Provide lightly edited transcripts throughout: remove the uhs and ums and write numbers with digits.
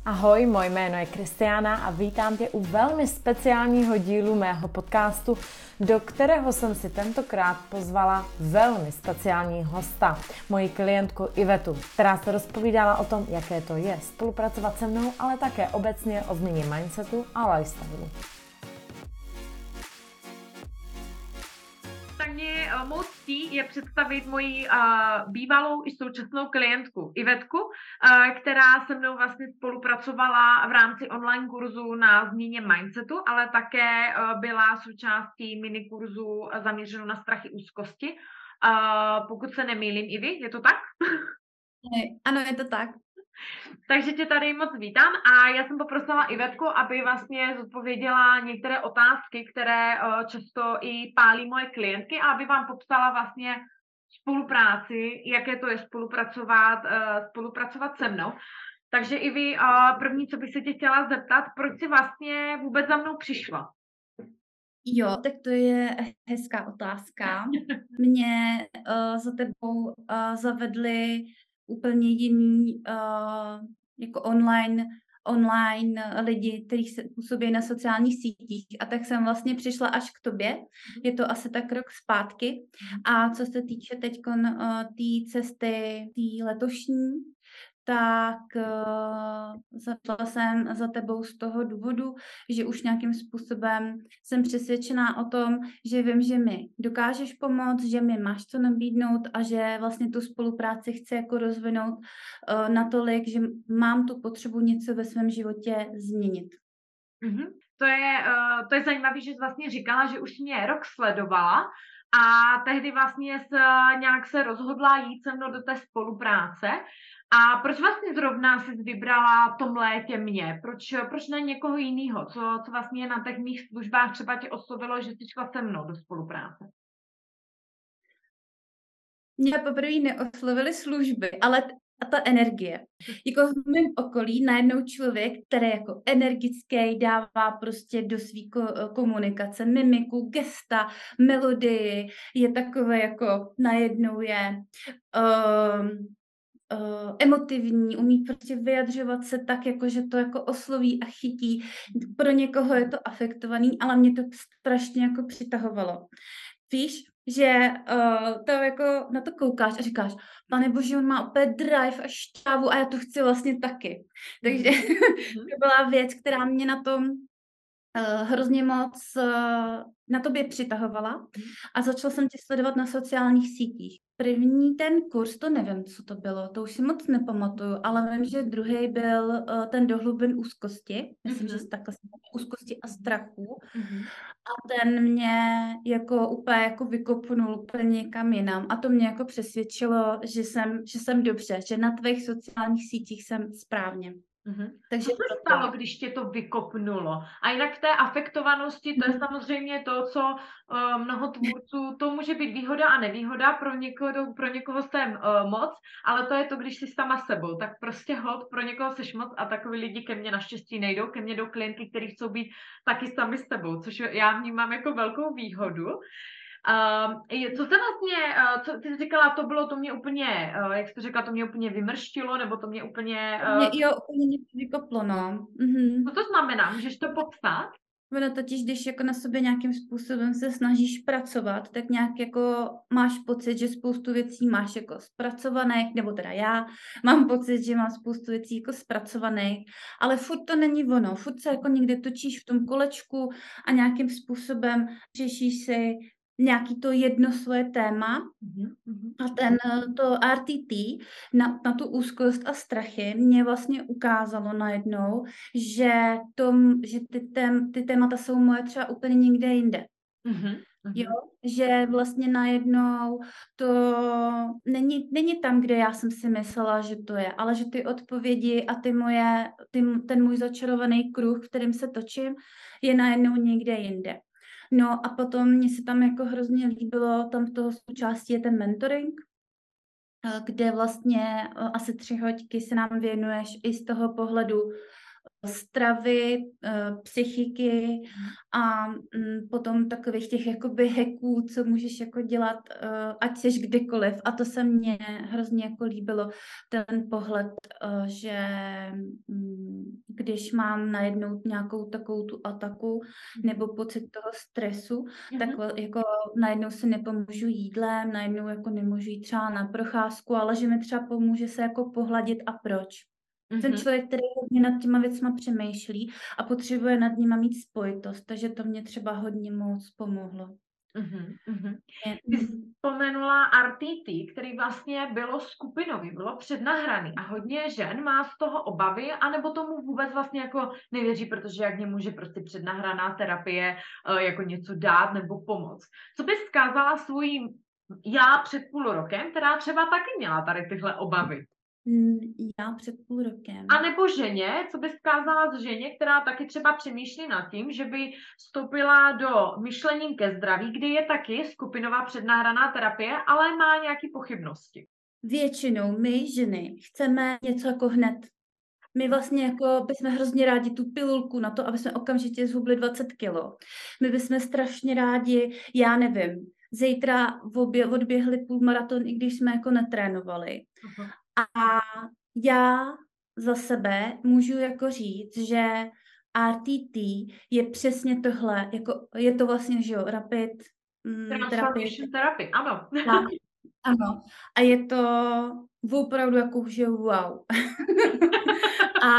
Ahoj, moje jméno je Kristiána a vítám tě u velmi speciálního dílu mého podcastu, do kterého jsem si tentokrát pozvala velmi speciální hosta, moji klientku Ivetu, která se rozpovídala o tom, jaké to je spolupracovat se mnou, ale také obecně o změně mindsetu a lifestylu. Tak mě moc ctí je představit moji bývalou i současnou klientku Ivetku, která se mnou vlastně spolupracovala v rámci online kurzu na změně mindsetu, ale také byla součástí minikurzu zaměřenou na strachy úzkosti. Pokud se nemýlím, Ivi, je to tak? Ano, je to tak. Takže tě tady moc vítám a já jsem poprosila Ivetku, aby vlastně zodpověděla některé otázky, které často i pálí moje klientky a aby vám popsala vlastně spolupráci, jaké to je spolupracovat se mnou. Takže Ivi, první, co bych se tě chtěla zeptat, proč jsi vlastně vůbec za mnou přišla? Jo, tak to je hezká otázka. Mě za tebou zavedli úplně jiný jako online lidi, kteří se působí na sociálních sítích, a tak jsem vlastně přišla až k tobě. Je to asi tak rok zpátky. A co se týče teďkon té cesty, té letošní, tak zašla jsem za tebou z toho důvodu, že už nějakým způsobem jsem přesvědčená o tom, že vím, že mi dokážeš pomoct, že mi máš co nabídnout a že vlastně tu spolupráci chci jako rozvinout natolik, že mám tu potřebu něco ve svém životě změnit. Mm-hmm. To je zajímavé, že jsi vlastně říkala, že už mě rok sledovala a tehdy vlastně nějak se rozhodla jít se mnou do té spolupráce. A proč vlastně zrovna jsi vybrala v tom létě mě? Proč ne někoho jiného? Co vlastně na těch mých službách třeba tě oslovilo, že jsi šla se mnou do spolupráce? Mě poprvé neoslovily služby, ale ta energie. Jako v mém okolí najednou člověk, který je jako energický, dává prostě do svý komunikace mimiku, gesta, melodii, je takové jako najednou je emotivní, umí prostě vyjadřovat se tak, jako že to jako osloví a chytí. Pro někoho je to afektovaný, ale mě to strašně jako přitahovalo. Víš, že to jako na to koukáš a říkáš, Pane Bože, on má opět drive a šťávu a já to chci vlastně taky. Takže to byla věc, která mě na tom hrozně moc na tobě přitahovala a začala jsem tě sledovat na sociálních sítích. První ten kurz, to nevím, co to bylo, to už si moc nepamatuju, ale vím, že druhý byl ten do hlubin úzkosti, myslím, že takhle úzkosti a strachu. A ten mě jako úplně jako vykopnul úplně někam jinam a to mě jako přesvědčilo, že jsem dobře, že na tvých sociálních sítích jsem správně. Takže co se stalo, když tě to vykopnulo? A jinak v té afektovanosti, to je samozřejmě to, co mnoho tvůrců, to může být výhoda a nevýhoda, pro někoho jsem moc, ale to je to, když jsi sama sebou, tak prostě hod, pro někoho seš moc a takový lidi ke mně naštěstí nejdou, ke mně jdou klientky, kteří chcou být taky sami s tebou, což já vnímám jako velkou výhodu. Co se vlastně, co ty jsi říkala, to mě úplně, jak jsi to řekla, to mě úplně vymrštilo, nebo to mě úplně... Jo, úplně mě vykoplo, no. Co to znamená? Můžeš to popsat? Ono totiž, když jako na sobě nějakým způsobem se snažíš pracovat, tak nějak jako máš pocit, že spoustu věcí máš jako zpracovaných, nebo teda já mám pocit, že mám spoustu věcí jako zpracovaných, ale furt to není ono, furt se jako někde točíš v tom kolečku a nějakým způsobem řešíš si nějaký to jedno svoje téma a to RTT na tu úzkost a strachy mě vlastně ukázalo najednou, že ty témata jsou moje třeba úplně někde jinde. Jo, že vlastně najednou to není tam, kde já jsem si myslela, že to je, ale že ty odpovědi a ten můj začarovaný kruh, v kterým se točím, je najednou někde jinde. No a potom mně se tam jako hrozně líbilo, tam v toho součástí je ten mentoring, kde vlastně asi 3 hodiny se nám věnuješ i z toho pohledu stravy, psychiky a potom takových těch jakoby hacků, co můžeš jako dělat, ať seš kdekoliv. A to se mně hrozně jako líbilo, ten pohled, že když mám najednou nějakou takovou tu ataku nebo pocit toho stresu, tak jako najednou si nepomůžu jídlem, najednou jako nemůžu jít třeba na procházku, ale že mi třeba pomůže se jako pohladit a proč. Jsem člověk, který hodně nad těma věcma přemýšlí a potřebuje nad nima mít spojitost, takže to mě třeba hodně moc pomohlo. Ty vzpomenula RTT, který vlastně bylo skupinový, bylo přednahraný a hodně žen má z toho obavy, anebo tomu vůbec vlastně jako nevěří, protože jak může prostě přednahraná terapie jako něco dát nebo pomoct. Co bys vzkázala svůj já před půl rokem, která třeba taky měla tady tyhle obavy? Já před půl rokem. A nebo ženě, co bys vzkázala z ženě, která taky třeba přemýšlí nad tím, že by vstoupila do myšlení ke zdraví, kde je taky skupinová přednahraná terapie, ale má nějaké pochybnosti. Většinou my ženy chceme něco jako hned. My vlastně jako bychom hrozně rádi tu pilulku na to, aby jsme okamžitě zhubli 20 kilo. My bychom strašně rádi, já nevím, zítra odběhli půlmaraton, i když jsme jako netrénovali. A já za sebe můžu jako říct, že RTT je přesně tohle, jako je to vlastně, že jo, rapid Transformation therapy, ano. Ano, a je to opravdu jako, že wow. A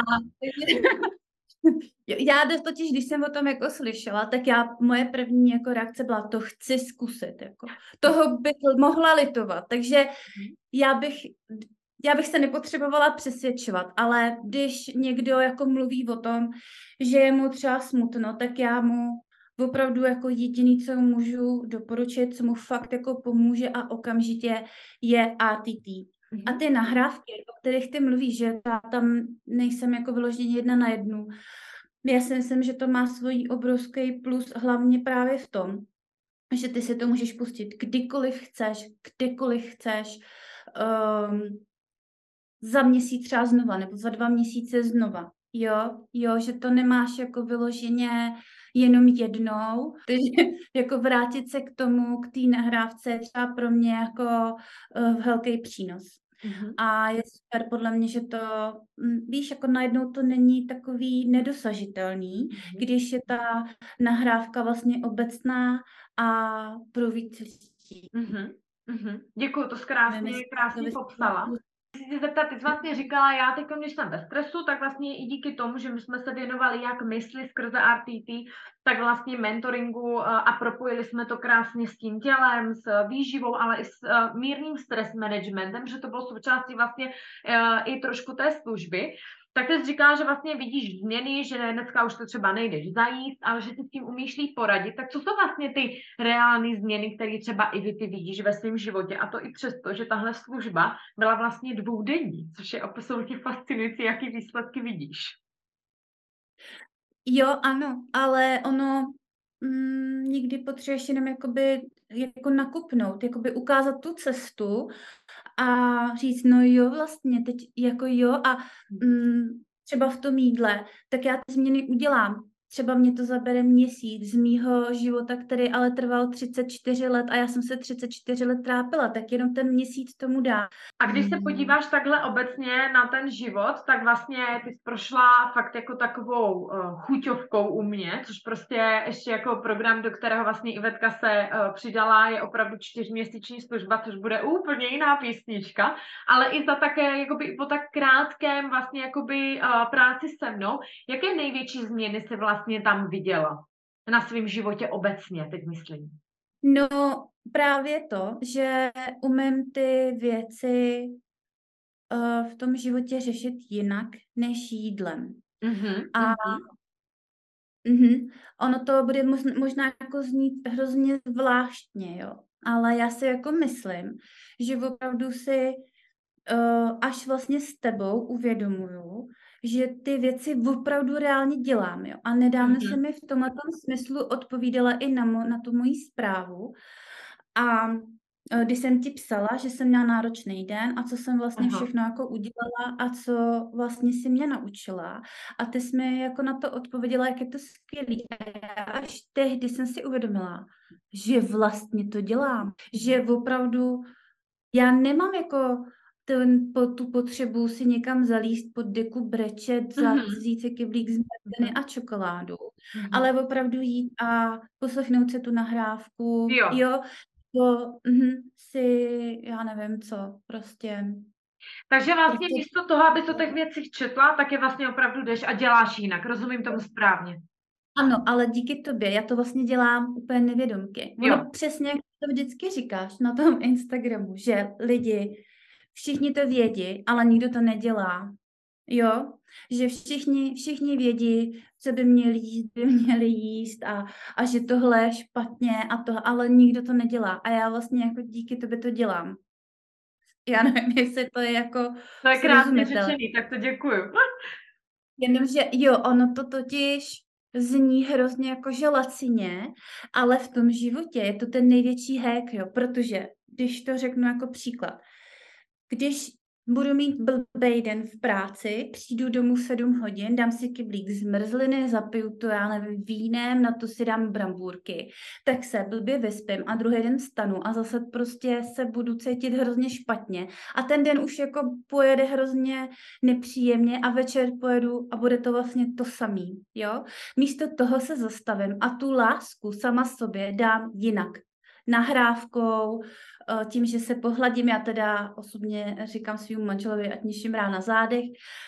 já totiž, když jsem o tom jako slyšela, tak moje první jako reakce byla, to chci zkusit, jako. Toho bych mohla litovat, takže já bych se nepotřebovala přesvědčovat, ale když někdo jako mluví o tom, že je mu třeba smutno, tak já mu opravdu jako jediný, co můžu doporučit, co mu fakt jako pomůže a okamžitě je RTT. A ty nahrávky, o kterých ty mluvíš, že tam nejsem jako vyloženě 1 na 1. Já si myslím, že to má svůj obrovský plus hlavně právě v tom, že ty si to můžeš pustit kdykoliv chceš, za měsíc třeba znova, nebo za 2 měsíce znova. Jo, že to nemáš jako vyloženě jenom jednou, takže jako vrátit se k tomu, k té nahrávce je třeba pro mě jako velký přínos. A je super podle mě, že to, víš, jako najednou to není takový nedosažitelný, když je ta nahrávka vlastně obecná a pro víc lidí. Děkuju, to krásně popsala. Chci se zeptat, ty jsi vlastně říkala, já teď, když jsem ve stresu, tak vlastně i díky tomu, že my jsme se věnovali jak mysli skrze RTT, tak vlastně mentoringu a propojili jsme to krásně s tím tělem, s výživou, ale i s mírným stres managementem, že to bylo součástí vlastně i trošku té služby. Tak ty jsi říkala, že vlastně vidíš změny, že dneska už to třeba nejdeš zajíst, ale že si s tím umíš líp poradit. Tak co jsou vlastně ty reální změny, které třeba i ty vidíš ve svém životě? A to i přesto, že tahle služba byla vlastně 2denní, což je absolutně fascinující, jaký výsledky vidíš. Jo, ano, ale ono někdy potřebuješ jenom jakoby jako nakupnout, jakoby ukázat tu cestu a říct, no jo, vlastně teď jako jo a třeba v tom jídle, tak já ty změny udělám. Třeba mě to zabere měsíc z mýho života, který ale trval 34 let a já jsem se 34 let trápila, tak jenom ten měsíc tomu dá. A když se podíváš takhle obecně na ten život, tak vlastně ty jsi prošla fakt jako takovou chuťovkou u mě, což prostě ještě jako program, do kterého vlastně Ivetka se přidala, je opravdu 4měsíční služba, což bude úplně jiná písnička, ale i za také jakoby po tak krátkém vlastně jakoby práci se mnou, jaké největší změny si vlastně tam viděla na svém životě obecně, teď myslím? No právě to, že umím ty věci v tom životě řešit jinak než jídlem. Ono to bude možná jako znít hrozně zvláštně, jo. Ale já si jako myslím, že opravdu si až vlastně s tebou uvědomuju, že ty věci opravdu reálně dělám, jo. A nedávno se mi v tomhle smyslu odpovídala i na tu moji zprávu. A když jsem ti psala, že jsem měla náročný den a co jsem vlastně Aha. všechno jako udělala a co vlastně si mě naučila. A ty jsi mi jako na to odpověděla, jak je to skvělý. A já až tehdy jsem si uvědomila, že vlastně to dělám. Že opravdu já nemám jako tu potřebu si někam zalíst pod deku, brečet, vzít si kyblík z mrzliny a čokoládu, ale opravdu jít a poslechnout si tu nahrávku, Jo. to si, já nevím co, prostě. Takže vlastně Prostě místo toho, abys o těch věcích četla, tak je vlastně opravdu jdeš a děláš jinak. Rozumím tomu správně. ano, ale díky tobě, já to vlastně dělám úplně nevědomky. Jo. Ono přesně, jak to vždycky říkáš na tom Instagramu, že lidi, všichni to vědí, ale nikdo to nedělá. Jo, že všichni vědí, co by měli jíst a že tohle je špatně a to, ale nikdo to nedělá. A já vlastně jako díky tobě to dělám. Já nevím, jestli to je jako To je krásně srozumitelné. řečený, tak to děkuju. Jenomže jo, ono to totiž zní hrozně jakože lacině, ale v tom životě je to ten největší hack, jo, protože když to řeknu jako příklad, když budu mít blbej den v práci, přijdu domů 7 hodin, dám si kyblík zmrzliny, zapiju to, já nevím, vínem, na to si dám brambůrky, tak se blbě vyspím a druhý den vstanu a zase prostě se budu cítit hrozně špatně a ten den už jako pojede hrozně nepříjemně a večer pojedu a bude to vlastně to samý, jo. Místo toho se zastavím a tu lásku sama sobě dám jinak. Nahrávkou, tím, že se pohladím, já teda osobně říkám svým manželovi, ať mě šimrá na zádech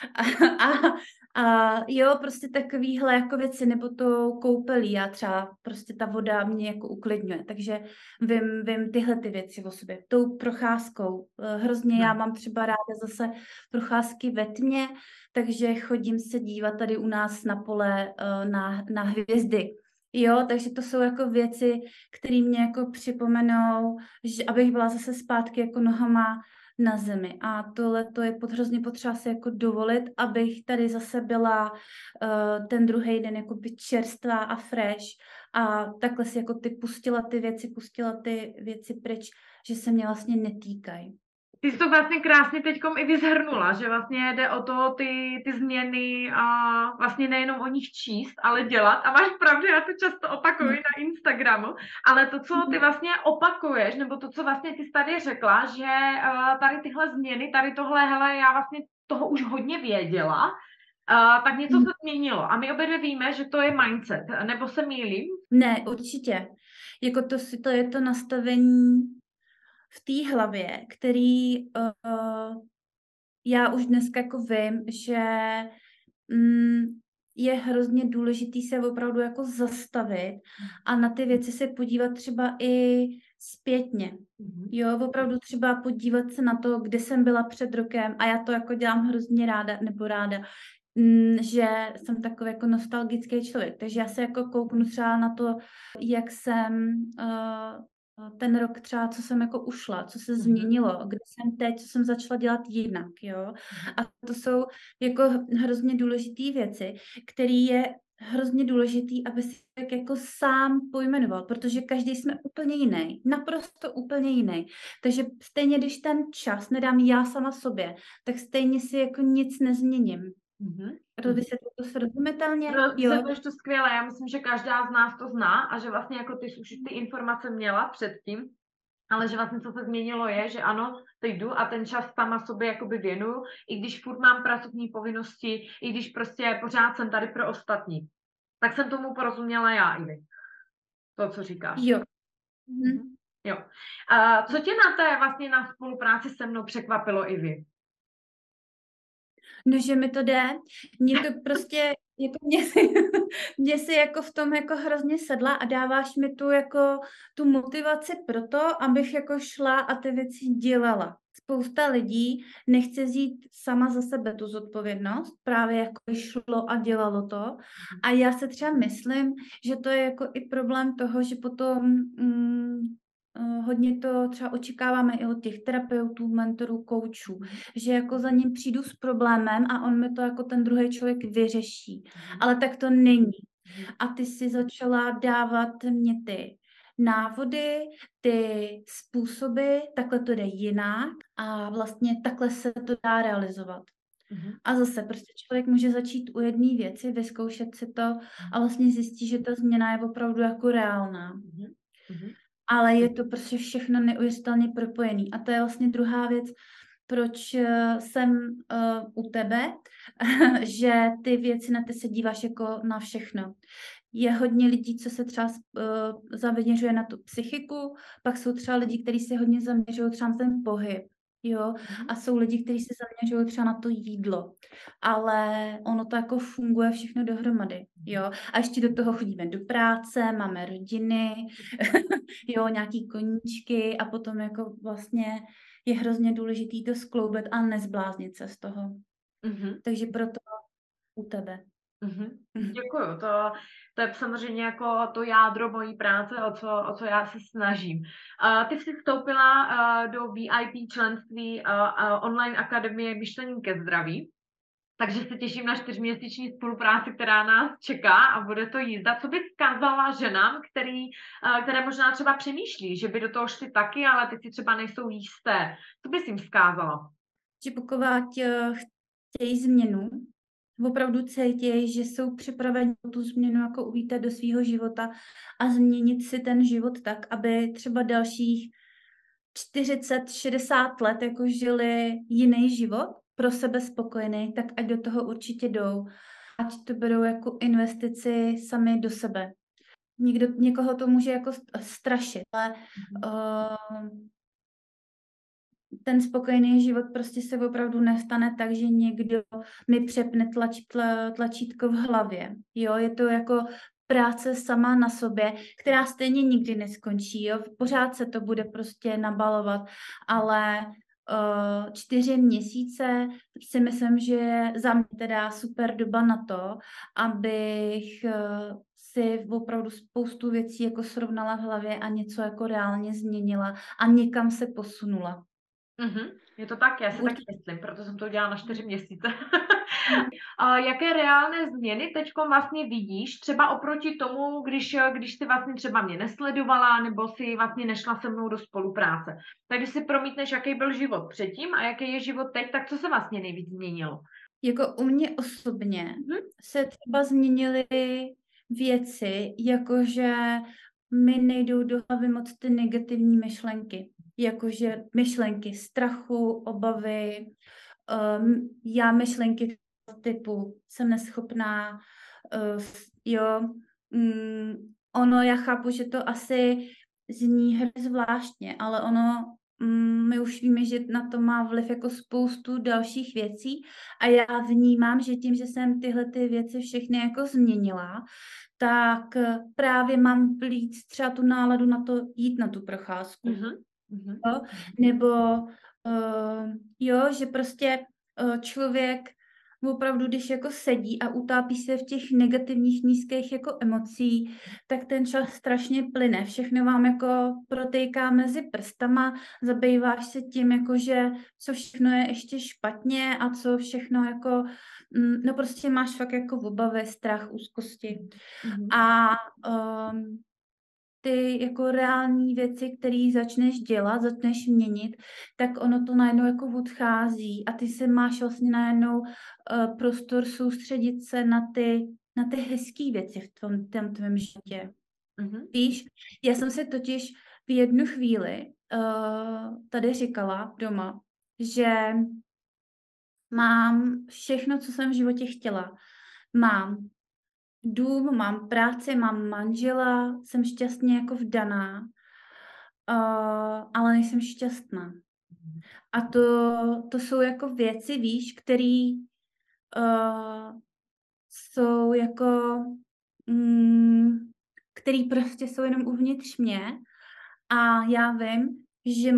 a jo, prostě takovýhle jako věci, nebo to koupelí, já třeba prostě ta voda mě jako uklidňuje, takže vím tyhle ty věci o sobě. Tou procházkou, hrozně já mám třeba ráda zase procházky ve tmě, takže chodím se dívat tady u nás na pole na hvězdy. Jo, takže to jsou jako věci, které mě jako připomenou, že abych byla zase zpátky jako nohama na zemi. A tohle to je hrozně potřeba si jako dovolit, abych tady zase byla ten druhý den jako by čerstvá a fresh a takhle si jako pustila ty věci pryč, že se mě vlastně netýkají. Ty jsi to vlastně krásně teďkom i vyzhrnula, že vlastně jde o to ty změny a vlastně nejenom o nich číst, ale dělat. A máš pravdu, já to často opakuju na Instagramu, ale to, co ty vlastně opakuješ, nebo to, co vlastně ty jsi tady řekla, že tady tyhle změny, tady tohle, hele, já vlastně toho už hodně věděla, tak něco se změnilo. A my obě dvě víme, že to je mindset, nebo se mýlím? Ne, určitě. Jako to je to nastavení v té hlavě, který já už dneska jako vím, že je hrozně důležitý se opravdu jako zastavit a na ty věci se podívat třeba i zpětně. Jo, opravdu třeba podívat se na to, kde jsem byla před rokem a já to jako dělám hrozně ráda, že jsem takový jako nostalgický člověk, takže já se jako kouknu třeba na to, jak jsem ten rok třeba, co jsem jako ušla, co se změnilo, kde jsem teď, co jsem začala dělat jinak, jo. A to jsou jako hrozně důležité věci, které je hrozně důležitý, aby si tak jako sám pojmenoval, protože každý jsme úplně jiný, naprosto úplně jiný. Takže stejně, když ten čas nedám já sama sobě, tak stejně si jako nic nezměním. Vysvětlím to srozumitelně? Vysvětlíš to skvěle, já myslím, že každá z nás to zná a že vlastně jako ty už ty informace měla předtím, ale že vlastně co se změnilo je, že ano, teď jdu a ten čas sama sobě jakoby věnuju, i když furt mám pracovní povinnosti, i když prostě pořád jsem tady pro ostatní. Tak jsem tomu porozuměla já, Ivy. To, co říkáš. Jo. Jo. A co tě na spolupráci se mnou překvapilo, Ivy? No, že mi to jde. Mě to prostě, jako mě si jako v tom jako hrozně sedla a dáváš mi tu motivaci pro to, abych jako šla a ty věci dělala. Spousta lidí nechce vzít sama za sebe tu zodpovědnost, právě jako šlo a dělalo to. A já se třeba myslím, že to je jako i problém toho, že potom hodně to třeba očekáváme i od těch terapeutů, mentorů, koučů, že jako za ním přijdu s problémem a on mi to jako ten druhý člověk vyřeší. Ale tak to není. A ty si začala dávat mě ty návody, ty způsoby, takhle to jde jinak a vlastně takhle se to dá realizovat. A zase prostě člověk může začít u jedné věci, vyzkoušet si to a vlastně zjistí, že ta změna je opravdu jako reálná. Ale je to prostě všechno neuvěřitelně propojený. A to je vlastně druhá věc, proč jsem u tebe, že ty věci na ty se díváš jako na všechno. Je hodně lidí, co se třeba zaměřuje na tu psychiku, pak jsou třeba lidi, kteří se hodně zaměřují třeba na ten pohyb, jo, a jsou lidi, kteří se zaměřují třeba na to jídlo, ale ono to jako funguje všechno dohromady, jo, a ještě do toho chodíme do práce, máme rodiny, jo, nějaký koníčky a potom jako vlastně je hrozně důležitý to skloubit a nezbláznit se z toho. Takže proto u tebe. Děkuju, to je samozřejmě jako to jádro mojí práce, o co já se snažím. Ty jsi vstoupila do VIP členství online akademie Myšlení ke zdraví, takže se těším na 4měsíční spolupráci, která nás čeká a bude to jízda. Co bys vzkázala ženám, které možná třeba přemýšlí, že by do toho šly taky, ale teď si třeba nejsou jisté. Co bys jim vzkázala? Že pokud chtějí změnu, opravdu cítí, že jsou připraveni tu změnu jako uvítat do svého života a změnit si ten život tak, aby třeba dalších 40-60 let jako žili jiný život, pro sebe spokojený, tak ať do toho určitě jdou. Ať to berou jako investici sami do sebe. Někoho to může jako strašit, ale ten spokojený život prostě se opravdu nestane tak, že někdo mi přepne tlačítko v hlavě. Jo, je to jako práce sama na sobě, která stejně nikdy neskončí. Jo? Pořád se to bude prostě nabalovat, ale 4 měsíce si myslím, že je za mě teda super doba na to, abych si opravdu spoustu věcí jako srovnala v hlavě a něco jako reálně změnila a někam se posunula. Je to tak, já si taky myslím, proto jsem to udělala na 4 měsíce. Jaké reálné změny teďko vlastně vidíš, třeba oproti tomu, když jsi vlastně třeba mě nesledovala, nebo si vlastně nešla se mnou do spolupráce. Tak když si promítneš, jaký byl život předtím a jaký je život teď, tak co se vlastně nejvíc změnilo? Jako u mě osobně se třeba změnily věci, jakože mi nejdou do hlavy moc ty negativní myšlenky. Jakože myšlenky strachu, obavy, já myšlenky typu jsem neschopná, ono, já chápu, že to asi zní hrozně zvláštně, ale ono, my už víme, že na to má vliv jako spoustu dalších věcí a já vnímám, že tím, že jsem tyhle ty věci všechny jako změnila, tak právě mám víc třeba tu náladu na to jít na tu procházku. Jo? Nebo že prostě člověk opravdu, když jako sedí a utápí se v těch negativních nízkých jako emocí, tak ten čas strašně plyne. Všechno vám jako protejká mezi prstama, zabýváš se tím, jako že co všechno je ještě špatně a co všechno jako, no prostě máš fakt jako obavy, strach, úzkosti. A ty jako reální věci, které začneš dělat, začneš měnit, tak ono to najednou jako odchází a ty se máš vlastně najednou prostor soustředit se na ty hezké věci v tom tvém životě. Víš, já jsem si totiž v jednu chvíli tady říkala doma, že mám všechno, co jsem v životě chtěla. Mám dům, mám práci, mám manžela, jsem šťastně jako vdaná, ale nejsem šťastná. A to jsou jako věci, víš, které jsou jako, který prostě jsou jenom uvnitř mě a já vím, že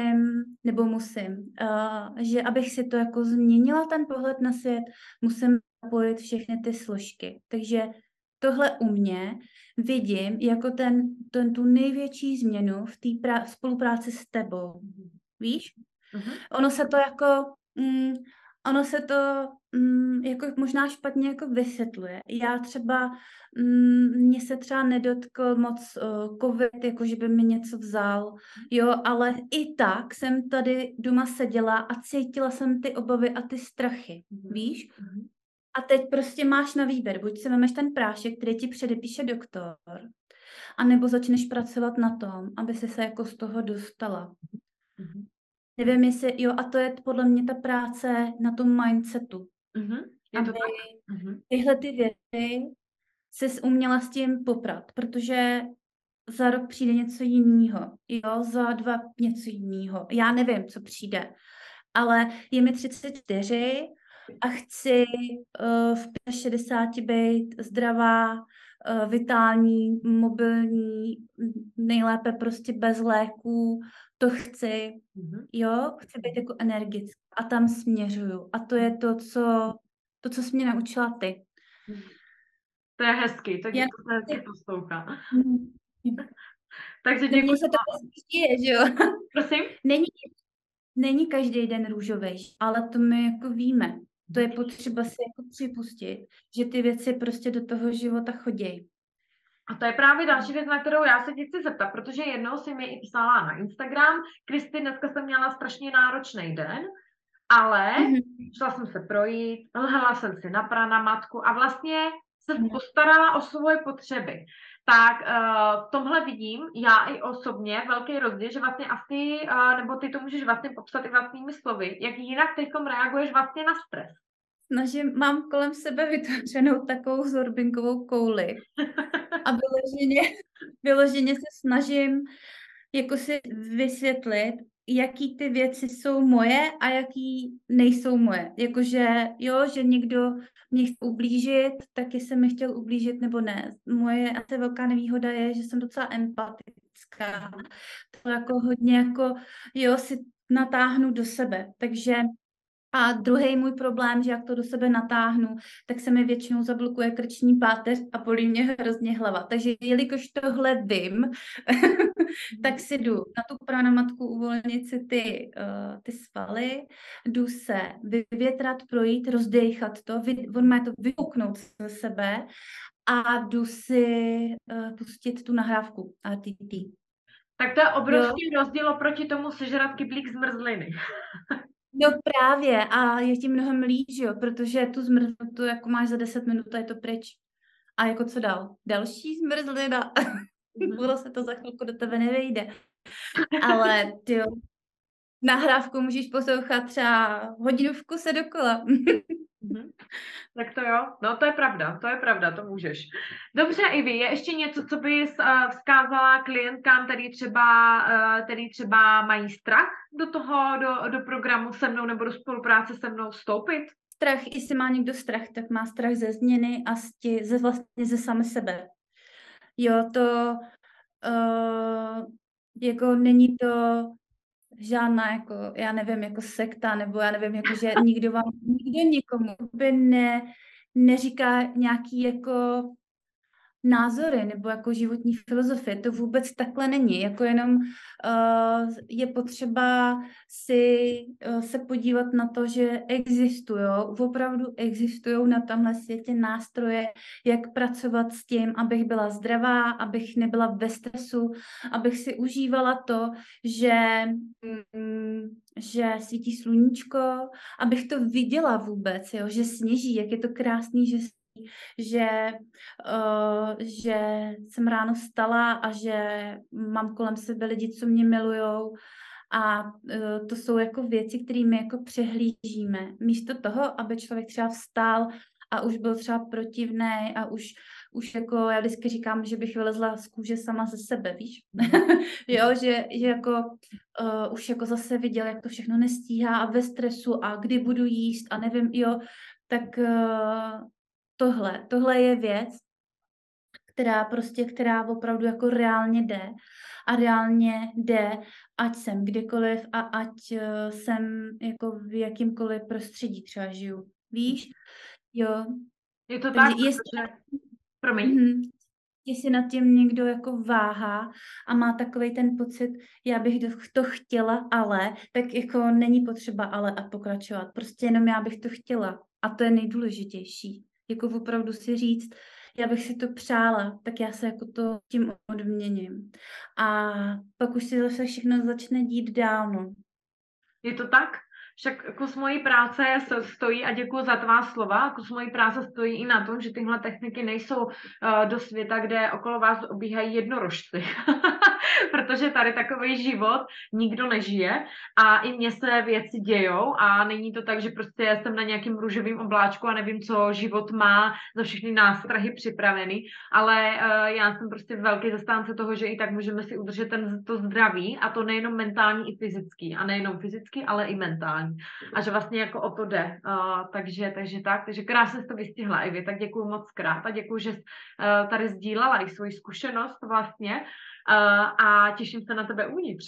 že abych si to jako změnila ten pohled na svět, musím zapojit všechny ty složky. Takže tohle u mě vidím jako tu největší změnu v té spolupráci s tebou. Víš? Ono se to jako, jako možná špatně jako vysvětluje. Já třeba, mně se třeba nedotkl moc covid, jako že by mi něco vzal, jo, ale i tak jsem tady doma seděla a cítila jsem ty obavy a ty strachy, víš? A teď prostě máš na výběr, buď si vemeš ten prášek, který ti předepíše doktor, anebo začneš pracovat na tom, aby si se jako z toho dostala. Nevím, jestli, jo, a to je podle mě ta práce na tom mindsetu. Je to Aby tak? tyhle ty věci jsi uměla s tím poprat, protože za rok přijde něco jiného, jo, za 2 něco jiného. Já nevím, co přijde, ale je mi 34 a chci v 65 být zdravá, vitální, mobilní, nejlépe prostě bez léků, to chci, jo, chci být jako energická a tam směřuju. A to je to, co jsi mě naučila ty. To je hezký, tak Já- to se hezky poslouchá. Mm. Takže Mně děkuji. se to děje, že jo? Prosím? Není každý den růžový, ale to my jako víme. To je potřeba si jako připustit, že ty věci prostě do toho života chodí. A to je právě další věc, na kterou já se ti chci zeptat, protože jednou si mi i psala na Instagram, Kristy, dneska jsem měla strašně náročný den, ale šla jsem se projít, lhela jsem si na pranamatku a vlastně se postarala o svoje potřeby. Tak v tomhle vidím já i osobně velký rozdíl, že vlastně asi, nebo ty to můžeš vlastně popsat i vlastními slovy, jak jinak teďkom reaguješ vlastně na stres. Mám kolem sebe vytvořenou takovou zorbinkovou kouli a vyloženě se snažím jako si vysvětlit, jaký ty věci jsou moje a jaký nejsou moje. Jakože, jo, že někdo mě chce ublížit, tak jestli mi chtěl ublížit nebo ne. Moje asi velká nevýhoda je, že jsem docela empatická. To jako hodně jako, jo, si natáhnu do sebe. Takže a druhý můj problém, že jak to do sebe natáhnu, tak se mi většinou zablokuje krční páteř a bolí mě hrozně hlava. Takže jelikož tohle vím, tak si jdu na tu pranamatku uvolnit si ty svaly, jdu se vyvětrat, projít, rozdejchat to, on má to vypuknout ze sebe a jdu si pustit tu nahrávku RTT. Tak to je obrovský rozdíl oproti tomu sežrat kyblík zmrzliny. No právě a je ti mnohem líp, jo, protože tu zmrznutu jako máš za 10 minut a je to pryč. A jako co dál? Další zmrzlina. Bylo se to za chvilku do tebe nevejde. Ale tyjo, nahrávku můžeš poslouchat třeba hodinu v kuse dokola. Tak to jo, no to je pravda, to můžeš. Dobře, Ivi, je ještě něco, co bys vzkázala klientkám, který třeba mají strach do programu se mnou nebo do spolupráce se mnou vstoupit? Strach, jestli má někdo strach, tak má strach ze změny a vlastně ze same sebe. Jo, to jako není to žádná, jako, já nevím, jako sekta, nebo já nevím, jako, že nikdo nikomu by neříká nějaký jako názory nebo jako životní filozofie. To vůbec takhle není. Jako jenom je potřeba se podívat na to, že opravdu existují na tomhle světě nástroje, jak pracovat s tím, abych byla zdravá, abych nebyla ve stresu, abych si užívala to, že svítí sluníčko, abych to viděla vůbec, jo, že sněží, jak je to krásný, že jsem ráno vstala a že mám kolem sebe lidi, co mě milujou a to jsou jako věci, kterými jako přehlížíme. Místo toho, aby člověk třeba vstal a už byl třeba protivnej a už jako, já vždycky říkám, že bych vylezla z kůže sama ze sebe, víš? Jo, že jako už jako zase viděl, jak to všechno nestíhá a ve stresu a kdy budu jíst a nevím, jo, tak tohle je věc, která opravdu jako reálně jde a reálně jde, ať jsem kdekoliv a ať jsem jako v jakýmkoliv prostředí třeba žiju. Víš? Jo. Je to tak? Promiň. Když si nad tím někdo jako váhá a má takovej ten pocit, já bych to chtěla, ale, tak jako není potřeba ale a pokračovat. Prostě jenom já bych to chtěla. A to je nejdůležitější. Jako opravdu si říct, já bych si to přála, tak já se jako to tím odměním. A pak už si zase všechno začne dít dál, no. Je to tak? Však kus mojí práce stojí, a děkuji za tvá slova, kus mojí práce stojí i na tom, že tyhle techniky nejsou do světa, kde okolo vás obíhají jednorožci. Protože tady takový život nikdo nežije a i mně se věci dějou a není to tak, že prostě jsem na nějakým růžovým obláčku a nevím, co život má za všechny nástrahy připravený, ale já jsem prostě velký zastánce toho, že i tak můžeme si udržet to zdraví, a to nejenom mentální, i fyzický, a nejenom fyzicky, ale i mentální. A že vlastně jako o to jde. Takže krásně jsi to vystihla, Ivy, tak děkuju moc krát a děkuju, že jsi tady sdílela i svoji zkušenost vlastně a těším se na tebe uvnitř.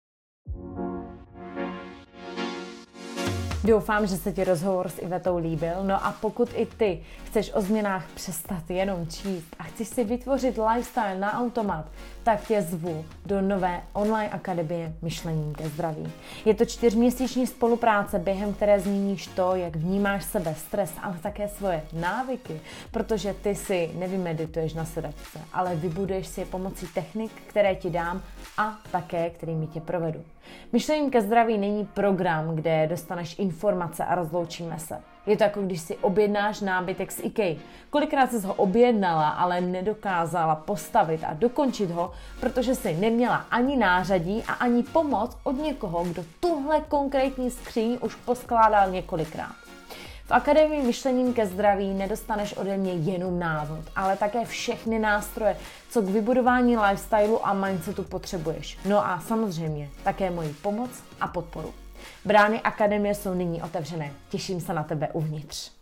Doufám, že se ti rozhovor s Ivetou líbil, no a pokud i ty chceš o změnách přestat jenom číst a chceš si vytvořit lifestyle na automat, tak tě zvu do nové online akademie Myšlení ke zdraví. Je to 4měsíční spolupráce, během které změníš to, jak vnímáš sebe, stres, ale také svoje návyky, protože ty si nevymedituješ na sedačce, ale vybuduješ si je pomocí technik, které ti dám a také, kterými tě provedu. Myšlení ke zdraví není program, kde dostaneš informace a rozloučíme se. Je to jako když si objednáš nábytek z IKEA. Kolikrát jsi ho objednala, ale nedokázala postavit a dokončit ho, protože jsi neměla ani nářadí a ani pomoc od někoho, kdo tuhle konkrétní skříň už poskládal několikrát. V Akademii Myšlení ke zdraví nedostaneš ode mě jenom návod, ale také všechny nástroje, co k vybudování lifestylu a mindsetu potřebuješ. No a samozřejmě také moji pomoc a podporu. Brány Akademie jsou nyní otevřené. Těším se na tebe uvnitř.